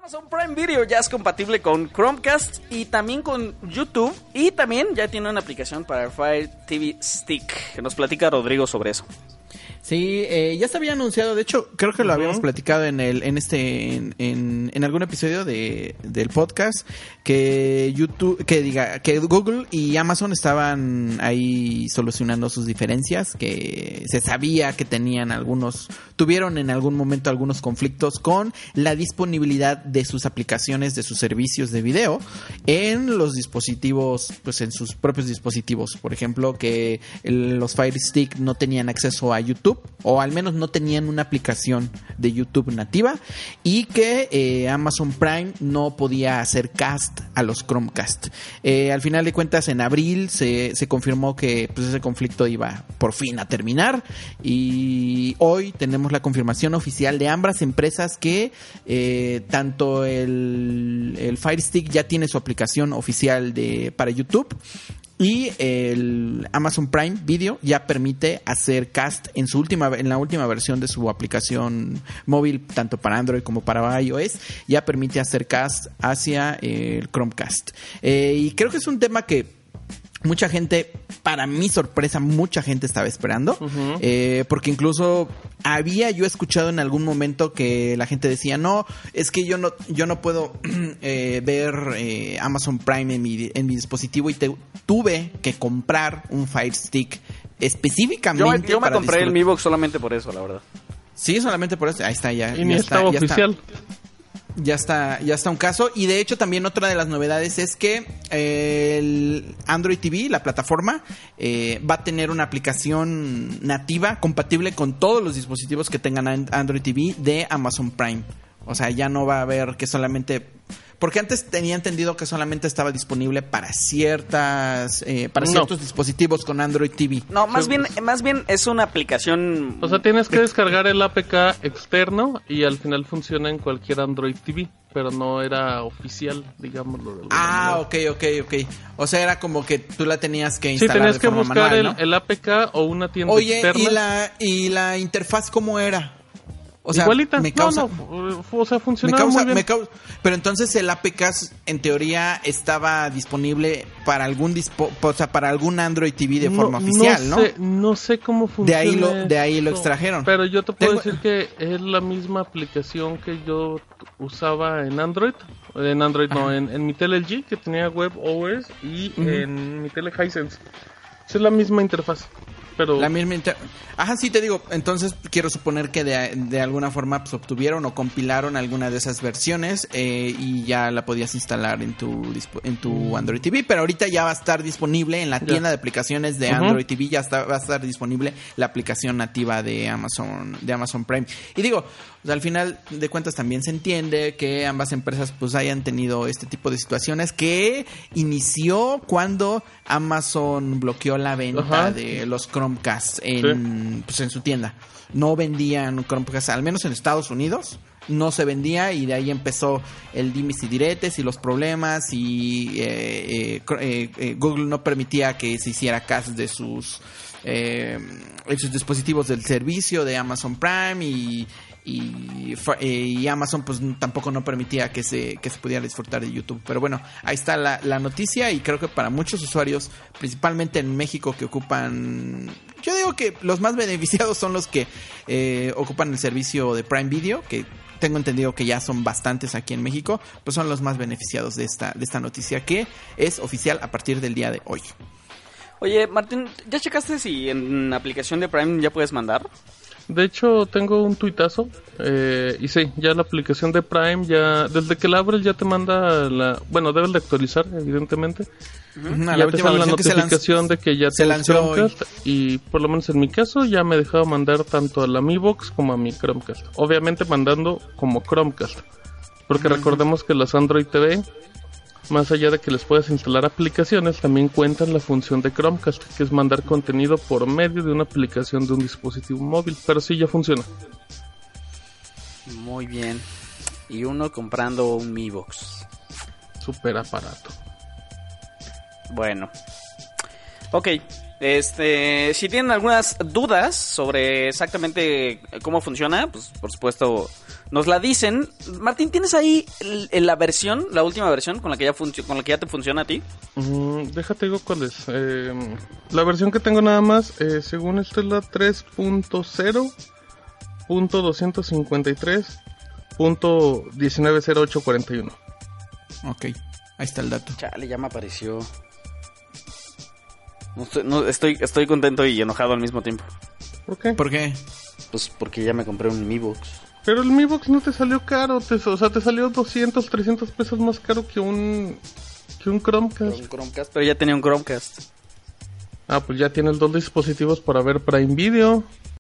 Amazon Prime Video ya es compatible con Chromecast y también con YouTube. Y también ya tiene una aplicación para Fire TV Stick. Que nos platica Rodrigo sobre eso. Sí, ya se había anunciado, de hecho, creo que lo habíamos platicado en algún episodio del podcast, que que Google y Amazon estaban ahí solucionando sus diferencias, que se sabía que tuvieron en algún momento algunos conflictos con la disponibilidad de sus aplicaciones, de sus servicios de video en los dispositivos, pues en sus propios dispositivos. Por ejemplo, que los Fire Stick no tenían acceso a YouTube, o al menos no tenían una aplicación de YouTube nativa, y que Amazon Prime no podía hacer cast a los Chromecast. Al final de cuentas, en abril se confirmó que pues, ese conflicto iba por fin a terminar, y hoy tenemos la confirmación oficial de ambas empresas que tanto el Fire Stick ya tiene su aplicación oficial para YouTube, y el Amazon Prime Video ya permite hacer cast en la última versión de su aplicación móvil, tanto para Android como para iOS. Ya permite hacer cast hacia el Chromecast. Y creo que es un tema que mucha gente, para mi sorpresa, mucha gente estaba esperando. Porque incluso había yo escuchado en algún momento que la gente decía, no, es que yo no puedo ver Amazon Prime en mi dispositivo, y tuve que comprar un Fire Stick específicamente. Yo me compré el Mi Box solamente por eso, la verdad. Sí, solamente por eso. Ahí está, ya. Y ni estaba oficial. Ya está un caso. Y de hecho también otra de las novedades es que el Android TV, la plataforma, va a tener una aplicación nativa compatible con todos los dispositivos que tengan Android TV de Amazon Prime. O sea, ya no va a haber que solamente... Porque antes tenía entendido que solamente estaba disponible para ciertos dispositivos con Android TV. No, más bien es una aplicación... O sea, tienes que descargar el APK externo y al final funciona en cualquier Android TV, pero no era oficial, digámoslo de alguna manera. Ok. O sea, era como que tú la tenías que instalar. Sí, tenías que buscar manual, ¿no? el APK o una tienda externa. ¿Y la interfaz cómo era? O sea, igualita. O sea, funcionaba muy bien. Pero entonces el APK en teoría estaba disponible para para algún Android TV de forma oficial, ¿no? No sé cómo funciona. De ahí lo extrajeron. Pero yo te puedo decir que es la misma aplicación que yo usaba en Android. En mi tele LG, que tenía WebOS, y en mi tele Hisense. Es la misma interfaz. Pero... sí, te digo, entonces quiero suponer que de alguna forma pues, obtuvieron o compilaron alguna de esas versiones y ya la podías instalar en tu Android TV, pero ahorita ya va a estar disponible en la tienda de aplicaciones de Android TV, va a estar disponible la aplicación nativa de Amazon Prime. Y digo, pues, al final de cuentas también se entiende que ambas empresas pues hayan tenido este tipo de situaciones, que inició cuando Amazon bloqueó la venta de los Chromecast en su tienda. No vendían Chromecast, al menos en Estados Unidos no se vendía, y de ahí empezó el dimes y diretes y los problemas, y Google no permitía que se hiciera cast de sus dispositivos del servicio de Amazon Prime, y Amazon pues tampoco no permitía que se pudiera disfrutar de YouTube. Pero bueno, ahí está la noticia, y creo que para muchos usuarios, principalmente en México, que ocupan... Yo digo que los más beneficiados son los que ocupan el servicio de Prime Video, que tengo entendido que ya son bastantes aquí en México, pues son los más beneficiados de esta noticia, que es oficial a partir del día de hoy. Oye, Martín, ¿ya checaste si en la aplicación de Prime ya puedes mandar? De hecho, tengo un tuitazo, y sí, ya la aplicación de Prime, ya desde que la abres ya te manda bueno, debes de actualizar, evidentemente. Ya te sale la notificación de que ya tienes Chromecast, y por lo menos en mi caso ya me dejaba mandar tanto a la Mi Box como a mi Chromecast. Obviamente mandando como Chromecast, porque recordemos que las Android TV, más allá de que les puedas instalar aplicaciones, también cuentan la función de Chromecast, que es mandar contenido por medio de una aplicación de un dispositivo móvil. Pero sí, ya funciona. Muy bien. Y uno comprando un Mi Box. Super aparato. Bueno. Ok. Si tienen algunas dudas sobre exactamente cómo funciona, pues por supuesto nos la dicen. Martín, ¿tienes ahí la versión, la última versión con la que ya te funciona a ti? Déjate digo cuál es. La versión que tengo nada más, según esta es la 3.0.253.190841. Ok, ahí está el dato. Chale, ya me apareció. Estoy contento y enojado al mismo tiempo. ¿Por qué? ¿Por qué? Pues porque ya me compré un Mi Box. Pero el Mi Box no te salió caro, te salió 200, 300 pesos más caro que un Chromecast. Pero ya tenía un Chromecast. Ah, pues ya tienes 2 dispositivos para ver Prime Video.